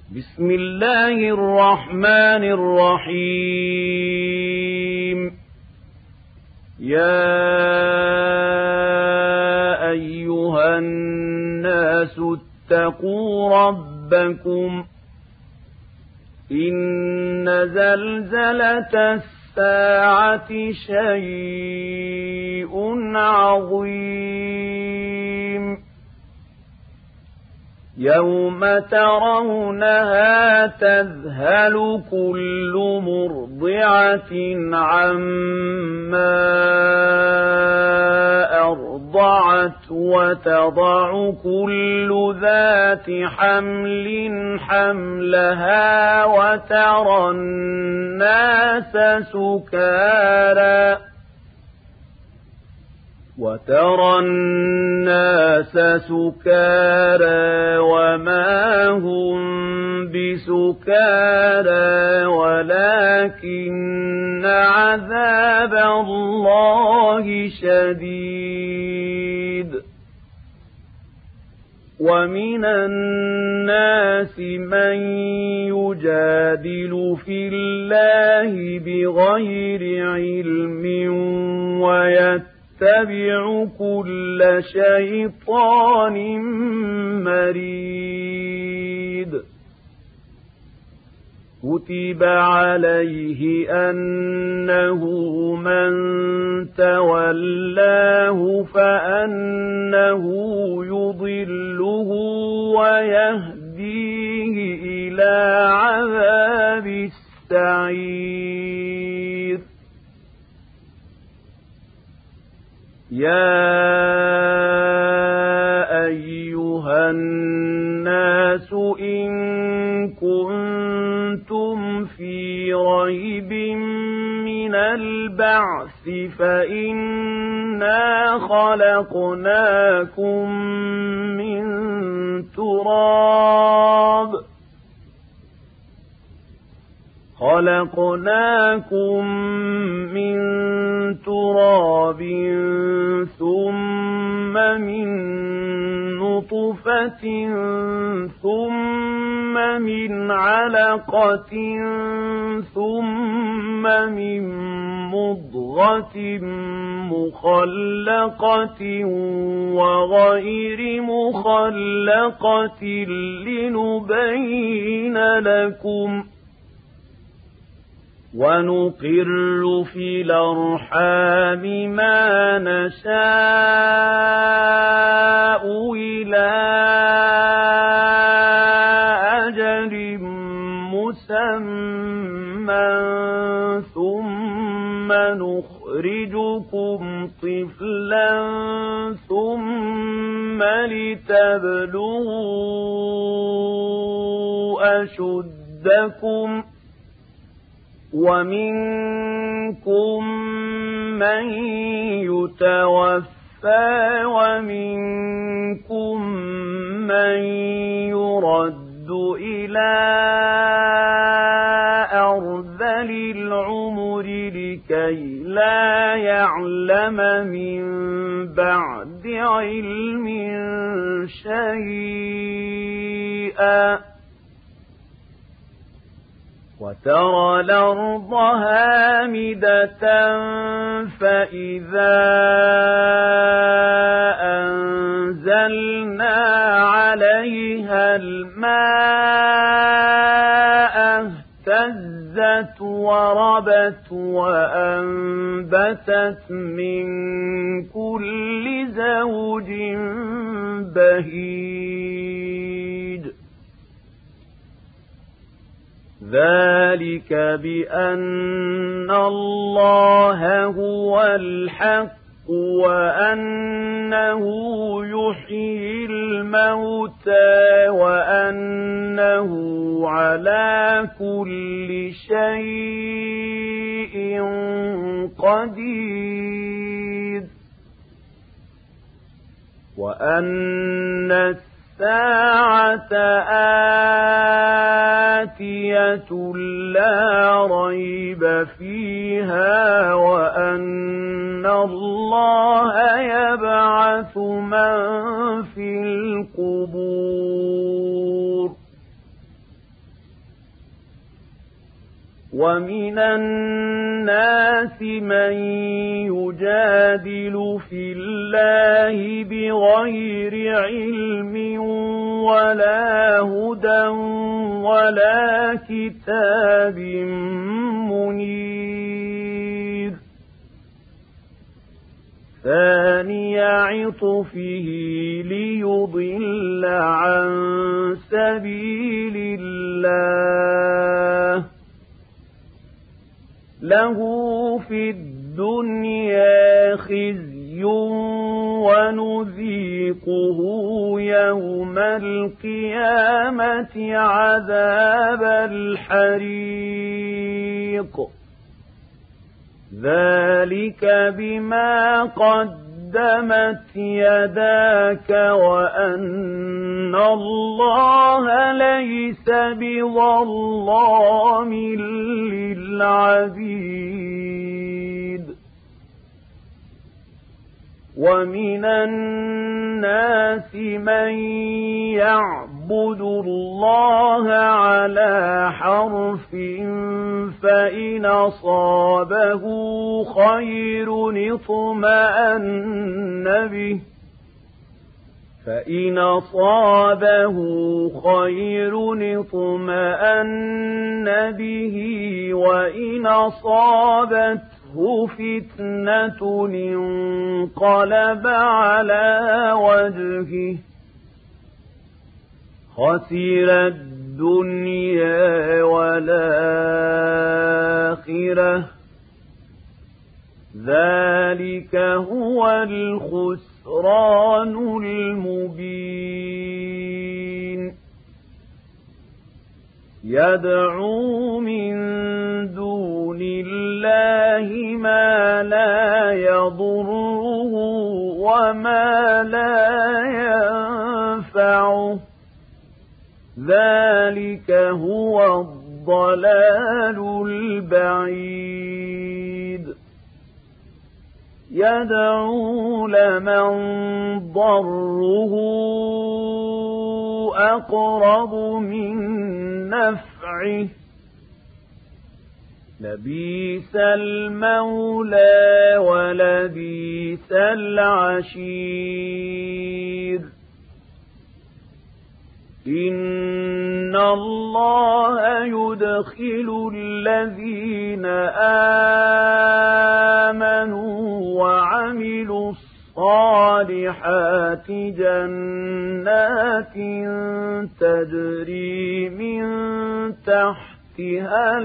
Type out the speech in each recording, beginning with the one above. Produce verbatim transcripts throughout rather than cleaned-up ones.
بسم الله الرحمن الرحيم. يا أيها الناس اتقوا ربكم إن زلزلة الساعة شيء عظيم يوم ترونها تذهل كل مرضعة عما أرضعت وتضع كل ذات حمل حملها وترى الناس سكارى وترى الناس سكارى وما هم بسكارى ولكن عذاب الله شديد. ومن الناس من يجادل في الله بغير علم ويتبع اتبع كل شيطان مريد. كتب عليه أنه من تولاه فأنه يضله ويهديه إلى عذاب السعير. يا أيها الناس إن كنتم في ريب من البعث فإنا خلقناكم من تراب خلقناكم من تراب ثم من نطفة ثم من علقة ثم من مضغة مخلقة وغير مخلقة لنبين لكم ونقر في الأرحام ما نشاء إلى أجل مسمى ثم نخرجكم طفلا ثم لتبلغوا أشدكم ومنكم من يتوفى ومنكم من يرد إلى أرذل العمر لكي لا يعلم من بعد علم شيئا. وترى الأرض هامدة فإذا أنزلنا عليها الماء اهتزت وربت وأنبتت من كل زوج بهيج. ذلك بأن الله هو الحق وأنه يحيي الموتى وأنه على كل شيء قدير وأن الساعة آتية لا ريب فيها وأن الله يبعث من في القبور ومن الناس من يجادل في الله بغير علم ولا هدى ولا كتاب منير ثاني عطفه ليضل عن سبيل الله له في الدنيا خزي ونذيقه يوم القيامة عذاب الحريق ذلك بما قدمت يداك وأن الله ليس بظلام للعبيد ومن الناس من يعبد الله على حرف فإن أصابه خير اطمأن به فإن أصابه خير اطمأن به وإن أصابته فتنة انقلب على وجهه خسر الدنيا والآخرة ذلك هو الخسران المبين يدعو من دون الله ما لا يضره وما لا ينفعه ذلك هو الضلال البعيد يدعو لمن ضره أقرب من نفعه لبئس المولى ولبئس العشير إن الله يدخل الذين آمنوا وعملوا الصالحات جنات تجري من تحتها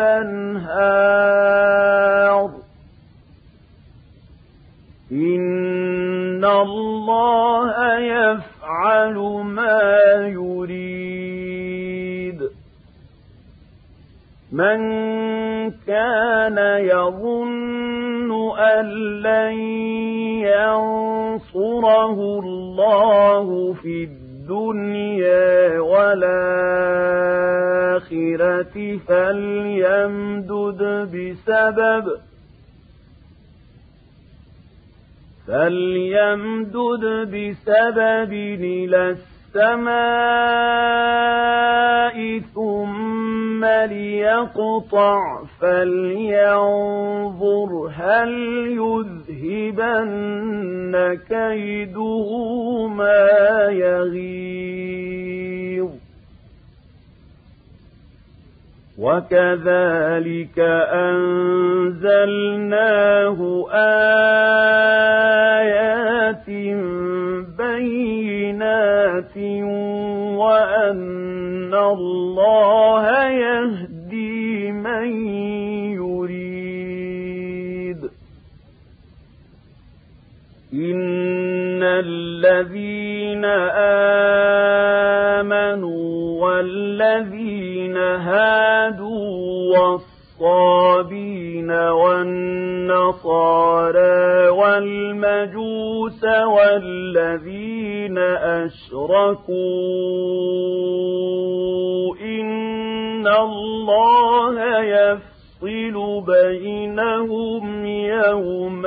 الأنهار إن الله يفعل ما يريد من كان يظن أن لن ينصره الله في الدنيا والآخرة فليمدد بسبب فليمدد بسبب إلى السماء ثم ليقطع فلينظر هل يذهبن كيده ما يغيظ وكذلك أنزلناه آيات بينات وأن الله يهدي من يريد إن الذين آمنوا والذين هادوا والصابين والنصارى والمجوس والذين أشركوا إن الله يفصل بينهم يوم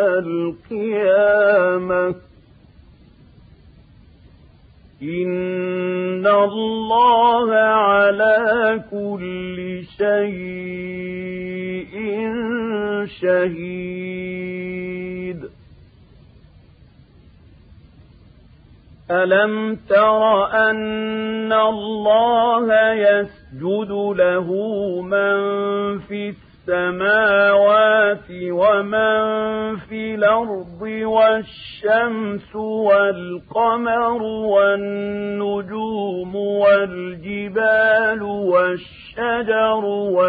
القيامة إن الله على كل شيء شهيد ألم تر أن الله يسجد له من في السماوات ومن في الأرض والشمس والقمر والنجوم والجبال والشجر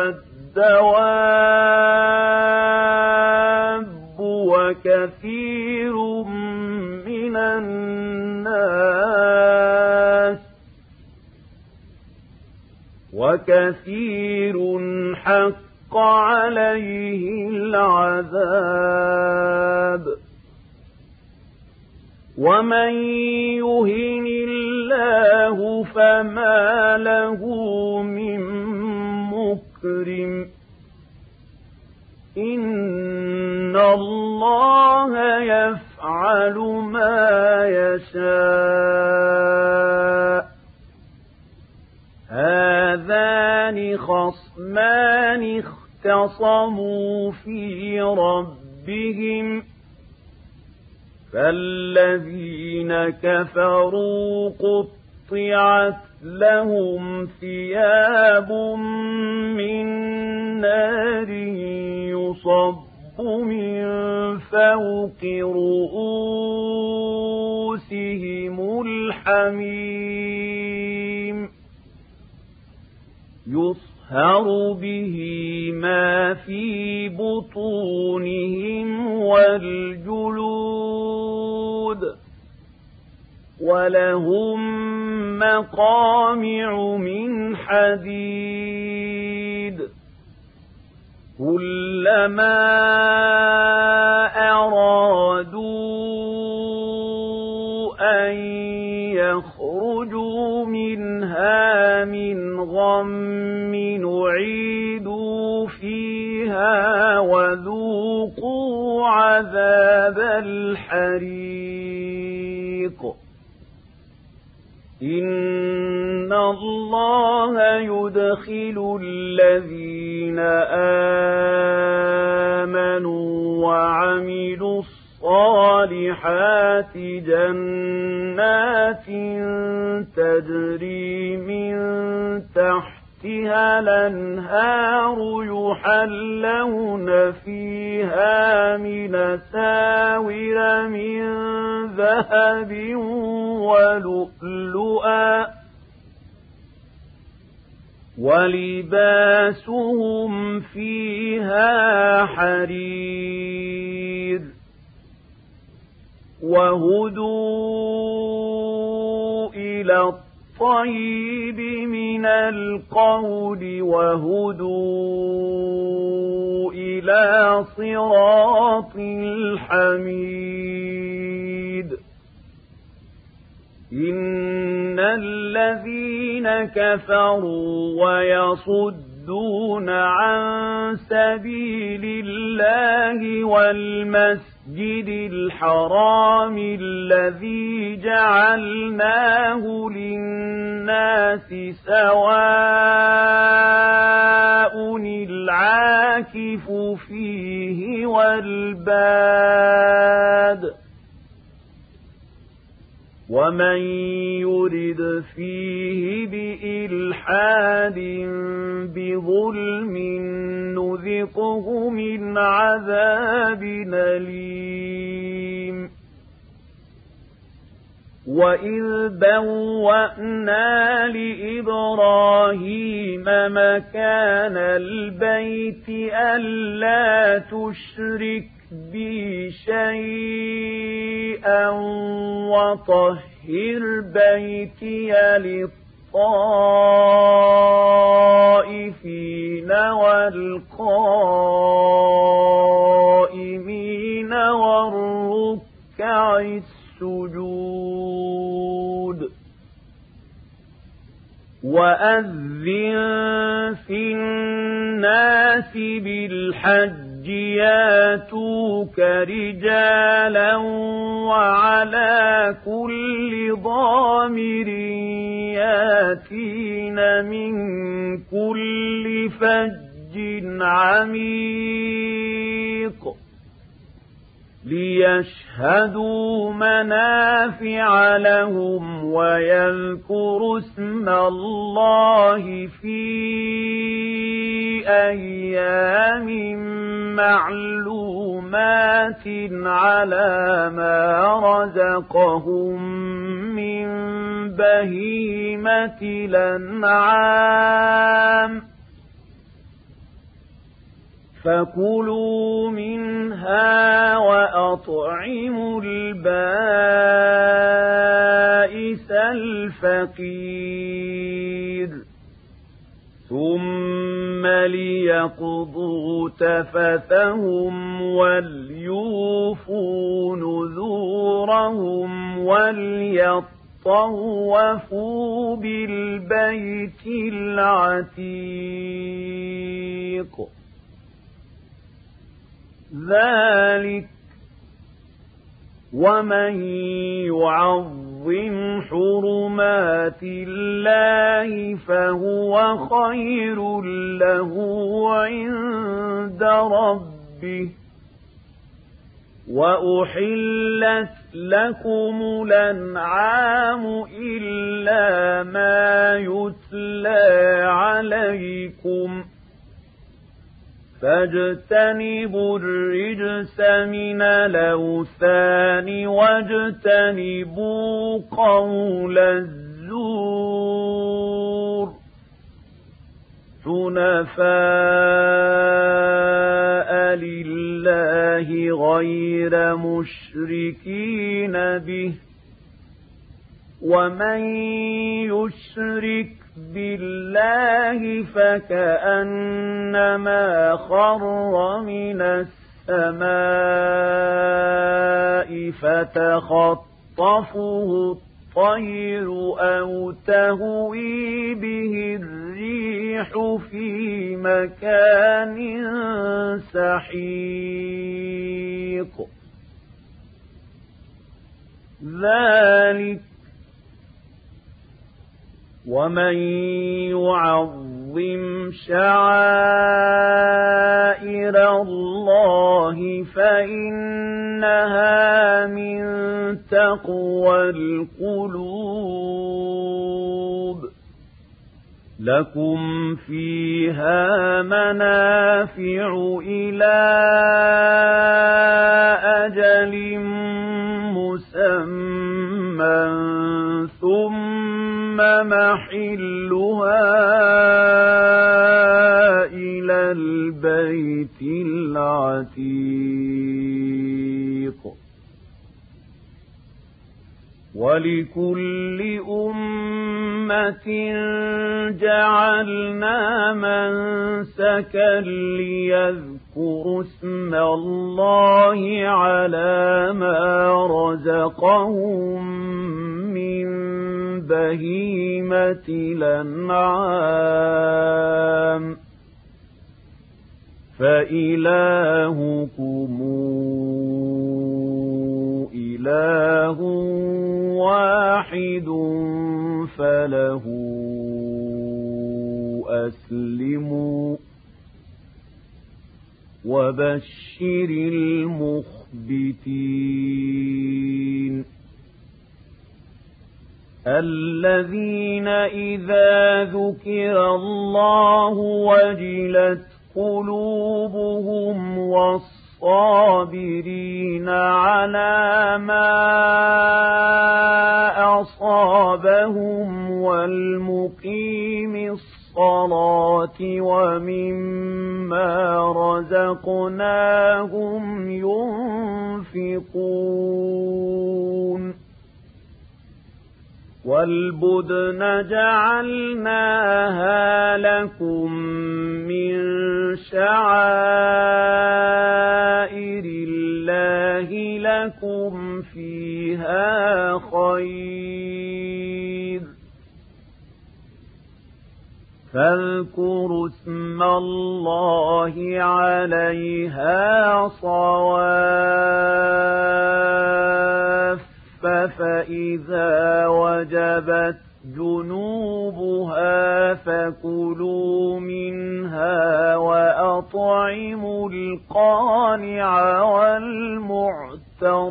والدواب وكثير من الناس وكثير حق عليه العذاب ومن يهن الله فما له من مكرم إن الله يفعل ما يشاء هذان خصمان اختصموا في ربهم فالذين كفروا قطعت لهم ثياب من نار يصب من فوق رؤوسهم الحميم يصهر به ما في بطونهم والجلود ولهم مقامع من حديد كلما أرادوا أن يخرجوا منها من غم نعيدوا فيها وذوقوا عذاب الحريق إن الله يدخل الذين آمنوا وعملوا الصالحات جنات تجري من تحتها الأنهار يحلون فيها من أساور من ذهب ولؤلؤا ولباسهم فيها حرير وهدوا إلى الطيب من القول وهدوا إلى صراط الحميد إن الذين كفروا ويصدون عن سبيل الله والمسجد الحرام الذي جعلناه للناس سواء العاكف فيه والباد ومن يرد فيه بإلحاد بظلم نذقه من عذاب أليم وإذ بوأنا لإبراهيم مكان البيت ألا تشرك بي شيئا وطهر بيتي للطائفين والقائمين والركع السجود وأذن في الناس بالحج ياتوك رجالا وعلى كل ضامر ياتين من كل فج عميق ليشهدوا منافع لهم ويذكروا اسم الله في أيام معلومات على ما رزقهم من بهيمة الأنعام فكلوا منها وأطعموا البائس الفقير ثم ليقضوا تفثهم وليوفوا نذورهم وليطوفوا بالبيت العتيق ذلك ومن يعظم حرمات الله فهو خير له عند ربه وأحلت لكم الأنعام إلا ما يتلى عليكم فاجتنبوا الرجس من الأوثان واجتنبوا قول الزور حنفاء لله غير مشركين به ومن يشرك بالله فكأنما خر من السماء فتخطفه الطير أو تهوي به الريح في مكان سحيق ذلك ومن يعظم شعائر الله فإنها من تقوى القلوب لكم فيها منافع إلى أجل مسمى ثم محلها إلى البيت العتيق ولكل أمة جعلنا منسكا ليذكروا اسم الله على ما رزقهم من بهيمة الأنعام فإلهكم إله واحد فله أسلموا وبشر المخبتين الذين إذا ذكر الله وجلت قلوبهم والصابرين على ما أصابهم والمقيم الصلاة ومما رزقناهم ينفقون والبدن جعلناها لكم من شعائر الله لكم فيها خير فاذكروا اسم الله عليها صواف فإذا وجبت جنوبها فكلوا منها وأطعموا القانع والمعتر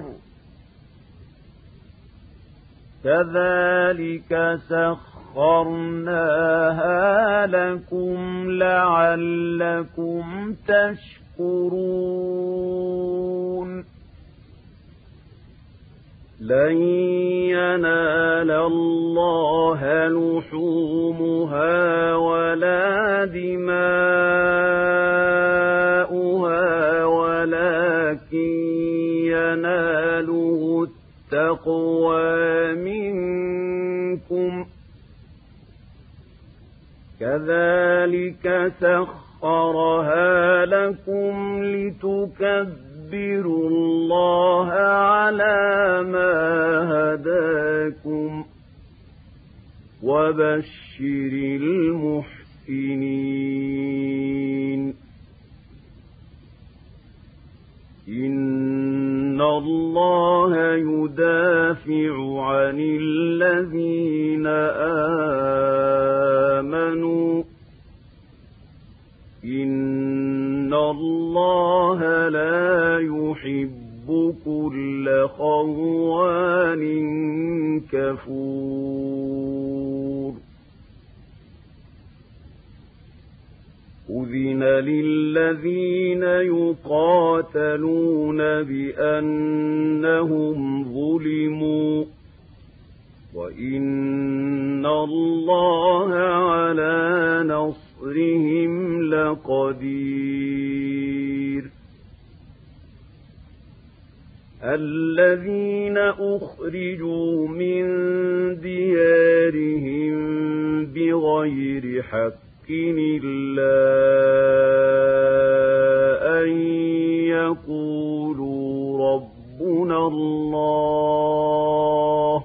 كذلك سخرناها لكم لعلكم تشكرون لن ينال الله لحومها ولا دماؤها ولكن يناله التقوى منكم كذلك سخرها لكم لتكبروا الله على ما هداكم وبشر المحسنين إن الله يدافع عن الذين آمنوا إن الله لا يحب كل خوان كفور أذن للذين يقاتلون بأنهم ظلموا وإن الله على نصرهم لقدير الذين أخرجوا من ديارهم بغير حق إلا أن يقولوا ربنا الله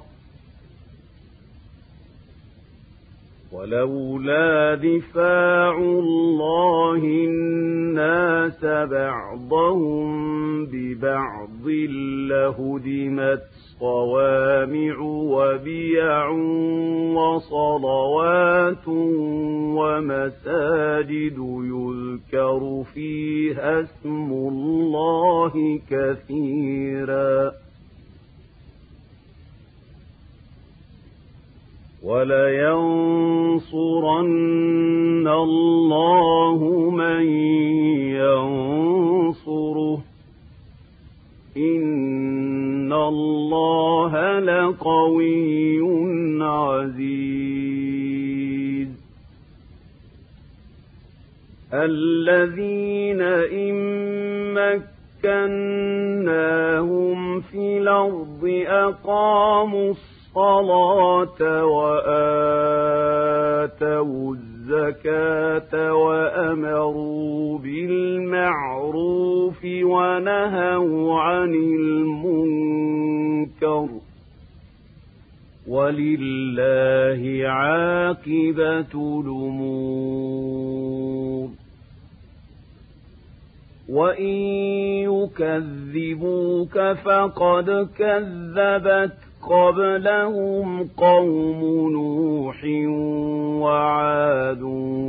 ولولا دفاع الله الناس بعضهم ببعض لهدمت صوامع وبيع وصلوات ومساجد يذكر فيها اسم الله كثيرا ولينصرن الله من ينصره إن الله لقوي عزيز الذين إن مكناهم في الأرض أقاموا الصلاة وآتوا الزكاة وأمروا بالمعروف ونهوا عن المنكر ولله عاقبة الأمور وإن يكذبوك فقد كذبت قبلهم قوم نوح وعاد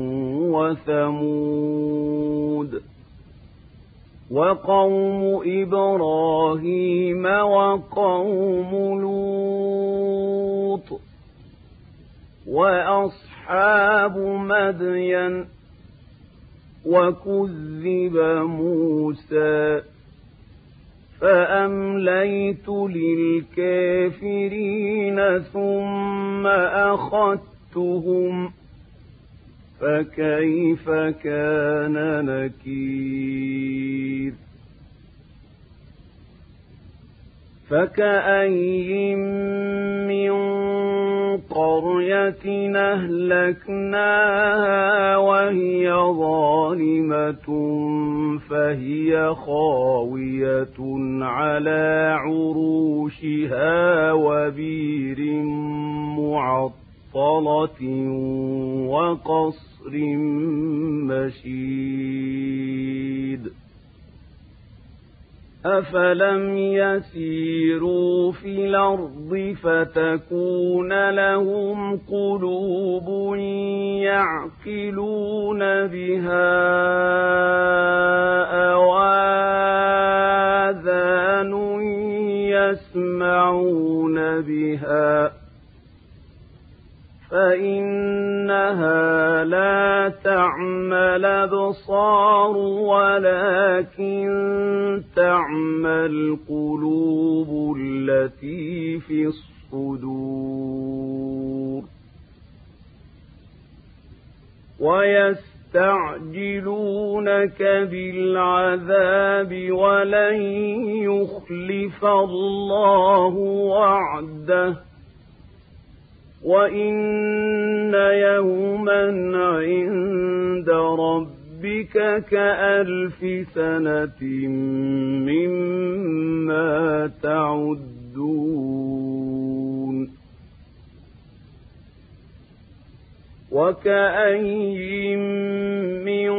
وثمود وقوم إبراهيم وقوم لوط وأصحاب مدين وكذب موسى فأمليت للكافرين ثم أخذتهم فكيف كان نكير فكأي من قرية أهلكناها وهي ظالمة فهي خاوية على عروشها وبير معطلة وقصر قصر مشيد أفلم يسيروا في الأرض فتكون لهم قلوب يعقلون بها أو آذان يسمعون بها فإنها لا تعمى الأبصار ولكن تعمى القلوب التي في الصدور ويستعجلونك بالعذاب ولن يخلف الله وعده وإن يوما عند ربك كألف سنة مما تعدون وكأين من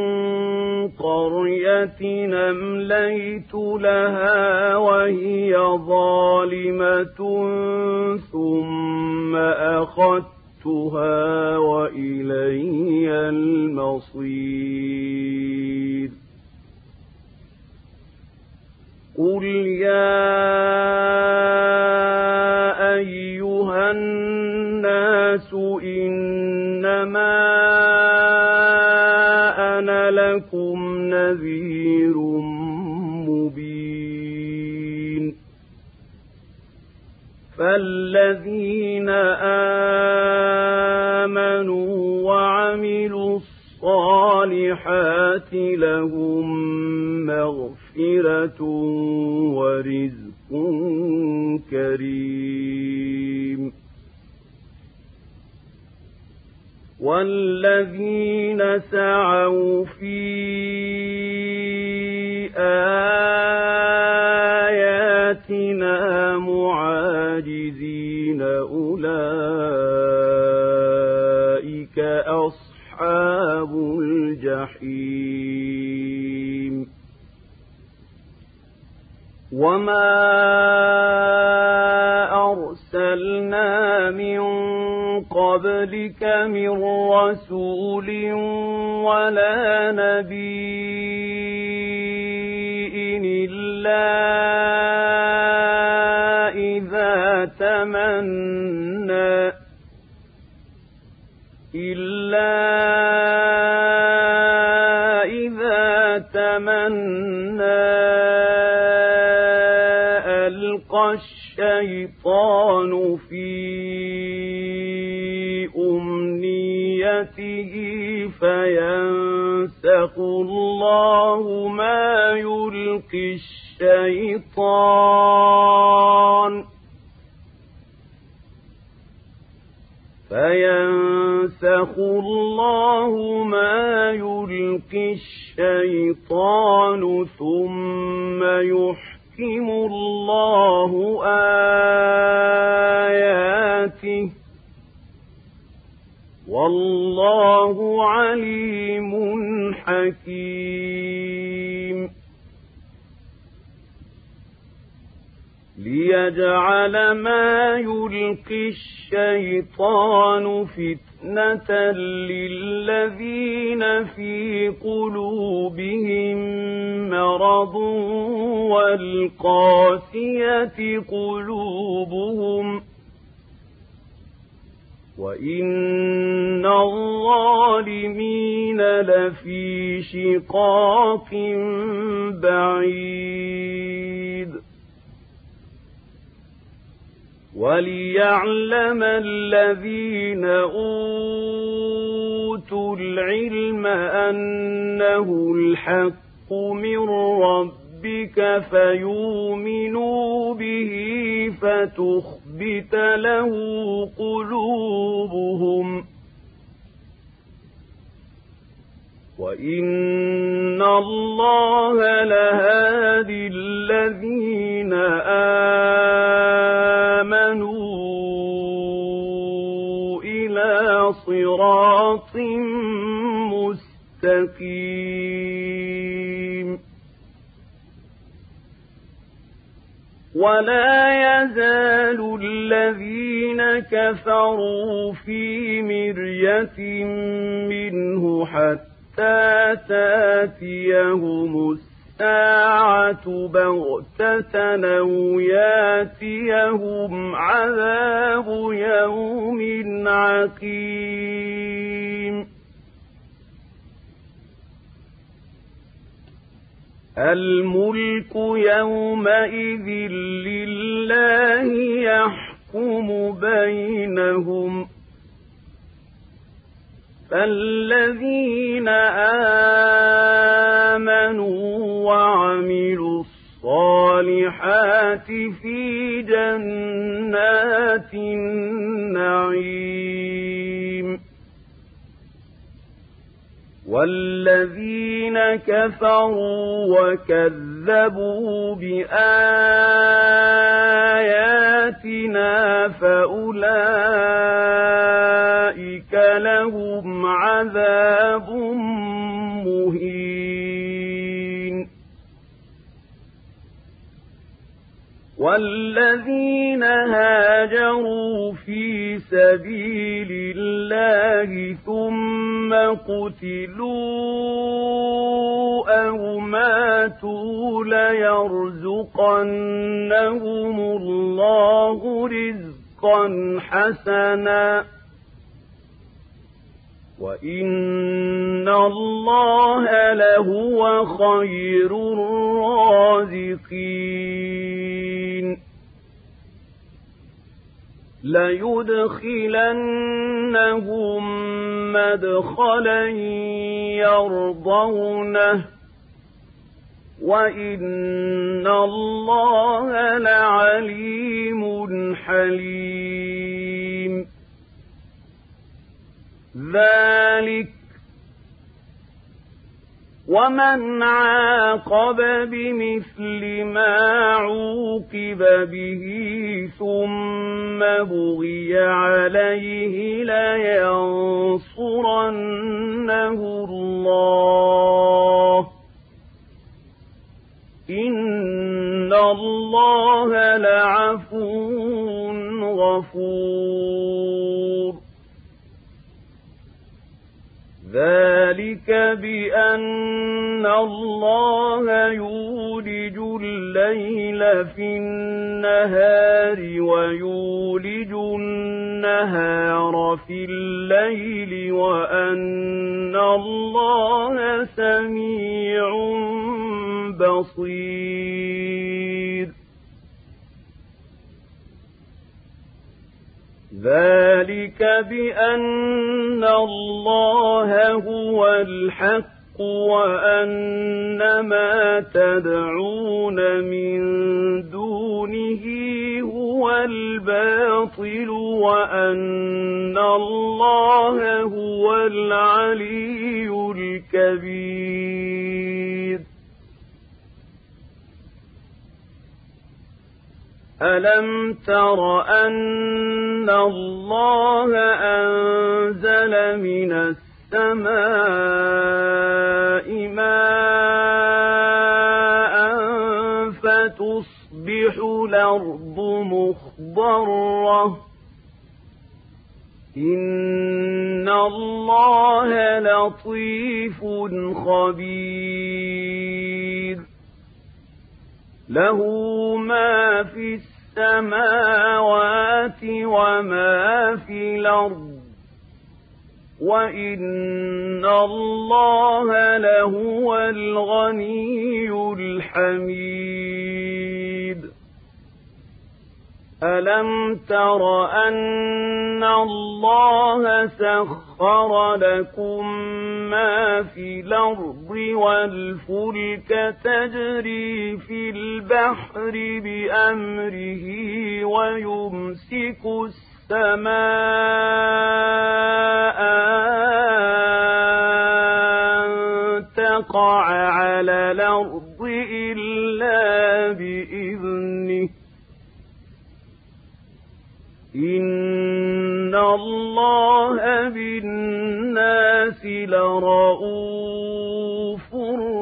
قرية أمليت لها وهي ظالمة ثم أخذتها وإلي المصير قل يا أيها الناس إنما أنا لكم نذير مبين فالذين آمنوا وعملوا الصالحات لهم مغفرة ورزق كريم والذين سعوا في آياتنا معاجزين أولئك أصحاب الجحيم وما أرسلنا من قبلك من رسول ولا نبي إلا إذا تمنى إلا إذا تمنى ألقى الشيطان في أمنيته فينسخ الله ما يلقي الشيطان فينسخ الله ما يلقي الشيطان ثم يحكم الله آياته والله عليم حكيم ليجعل ما يلقي الشيطان فتنة للذين في قلوبهم مرض والقاسية قلوبهم وإن الظالمين لفي شقاق بعيد وليعلم الذين أوتوا العلم أنه الحق من ربك فيؤمنوا به فتخبت له قلوبهم وإن الله لهادي الذين آمنوا إلى صراط مستقيم ولا يزال الذين كفروا في مرية منه حتى تاتيهم الساعة بغتة أو ياتيهم عذاب يوم عقيم الملك يومئذ لله يحكم بينهم فالذين آمنوا وعملوا الصالحات في جنات النعيم والذين كفروا وكذبوا بآياتنا فأولئك لهم عذاب مهين والذين هاجروا في سبيل الله ثم قتلوا أو ماتوا ليرزقنهم الله رزقا حسنا وإن الله لهو خير الرازقين ليدخلنهم مدخلا يرضونه وإن الله لعليم حليم ذلك ومن عاقب بمثل ما عوقب به ثم بغي عليه لينصرنه الله إن الله لعفو غفور ذلك بأن الله يولج الليل في النهار ويولج النهار في الليل وأن الله سميع بصير ذلك بأن الله هو الحق وأن ما تدعون من دونه هو الباطل وأن الله هو العلي الكبير ألم تر أن الله أنزل من السماء ماء فتصبح الأرض مخضرة إن الله لطيف خبير له ما في السماوات وما في الأرض وإن الله لهو الغني الحميد ألم تر أن الله سخر لكم ما في الأرض والفلك تجري في البحر بأمره ويمسك السماء أن تقع على الأرض إلا بإذنه إن الله بالناس بالناس لرءوف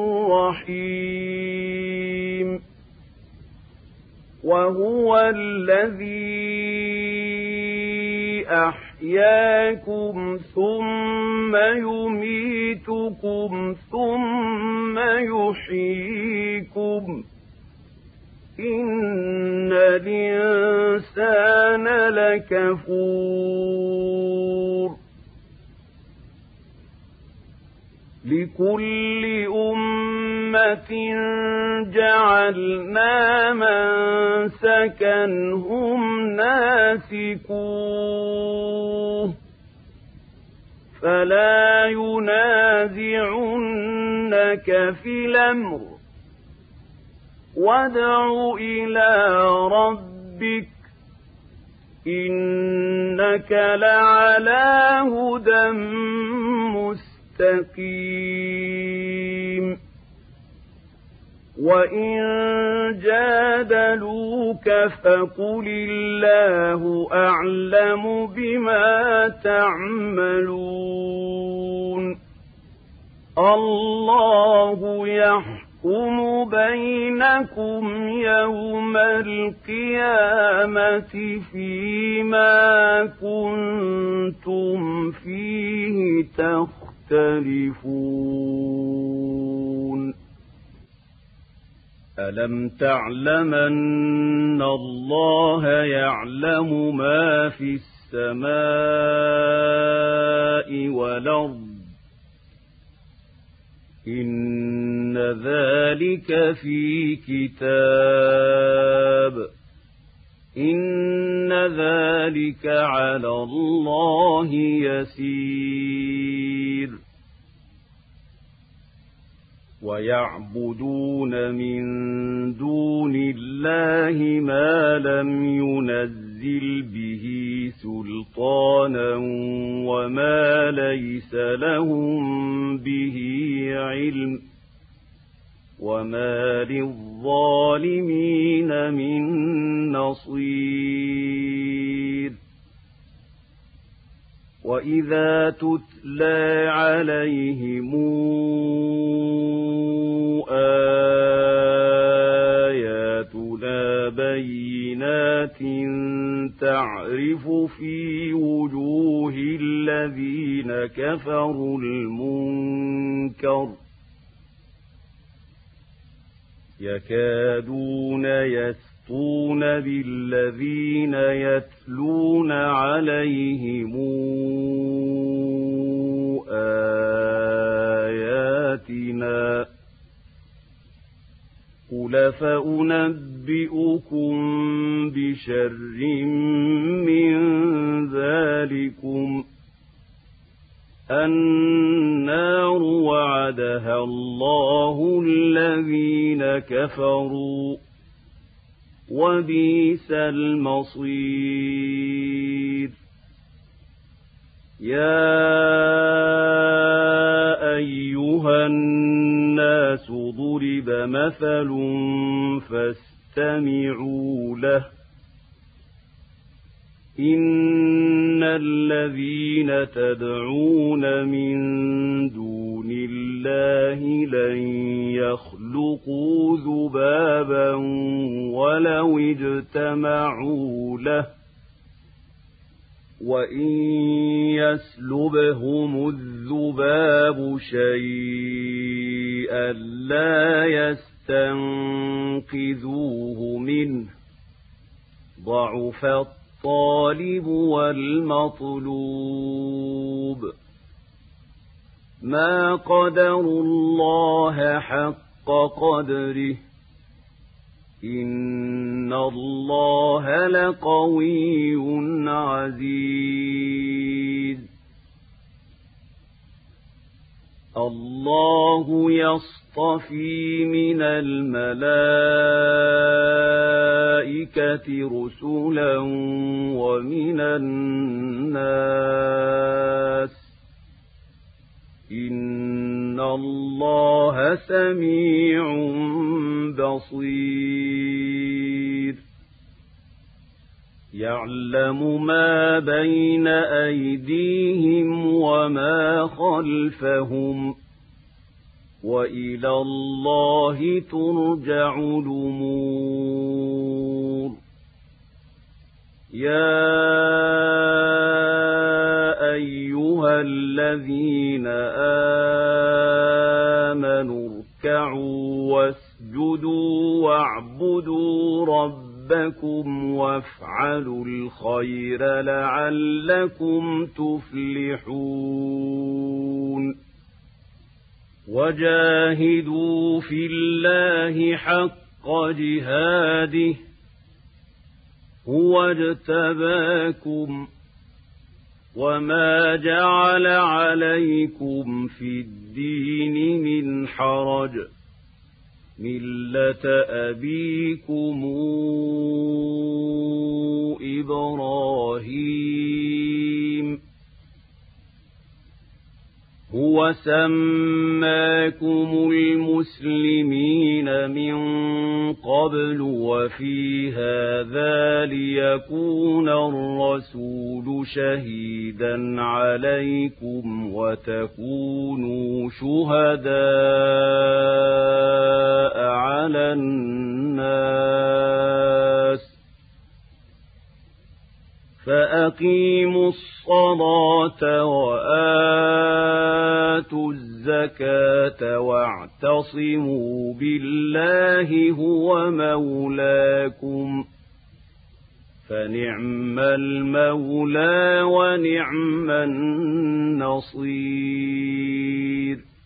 رحيم وهو الذي أحياكم ثم يميتكم ثم يحييكم إن الإنسان لكفور لكل أمة جعلنا منسكا هم ناسكوه فلا ينازعنك في الأمر وادع إلى ربك إنك لعلى هدى مستقيم وإن جادلوك فقل الله أعلم بما تعملون الله يحكم بينكم يوم القيامة فيما كنتم فيه تختلفون ألم تعلمن الله يعلم ما في السماء والأرض إن ذلك في كتاب إن ذلك على الله يسير ويعبدون من دون الله ما لم ينزل به سلطانا وما ليس لهم به علم وما للظالمين من نصير وإذا تتلى عليهم آياتنا بينات تعرف في وجوه الذين كفروا المنكر يكادون يسطون بالذين يتلون عليهم آياتنا قل فأنبئكم بشر من ذلكم النار وعدها الله الذين كفروا وبئس المصير يا أيها الناس ضرب مثل فاستمعوا له إن الذين تدعون من دون الله لن يخلقوا ذبابا ولو اجتمعوا له وإن يسلبهم الذباب شيئا لا يستنقذوه منه ضعف الطالب والمطلوب ما قدروا الله حق قدره إن الله لقوي عزيز الله يصطفي من الملائكة رسلا ومن الناس إن الله سميع بصير يعلم ما بين أيديهم وما خلفهم وإلى الله ترجع الأمور. يا أيها الذين آمنوا اركعوا واسجدوا واعبدوا ربكم وافعلوا الخير لعلكم تفلحون. وجاهدوا في الله حق جهاده هو اجتباكم وما جعل عليكم في الدين من حرج ملة أبيكم إبراهيم هو سماكم المسلمين من قبل وفي هذا ليكون الرسول شهيدا عليكم وتكونوا شهداء على الناس. فأقيموا الصلاة وآتوا الزكاة واعتصموا بالله هو مولاكم فنعم المولى ونعم النصير.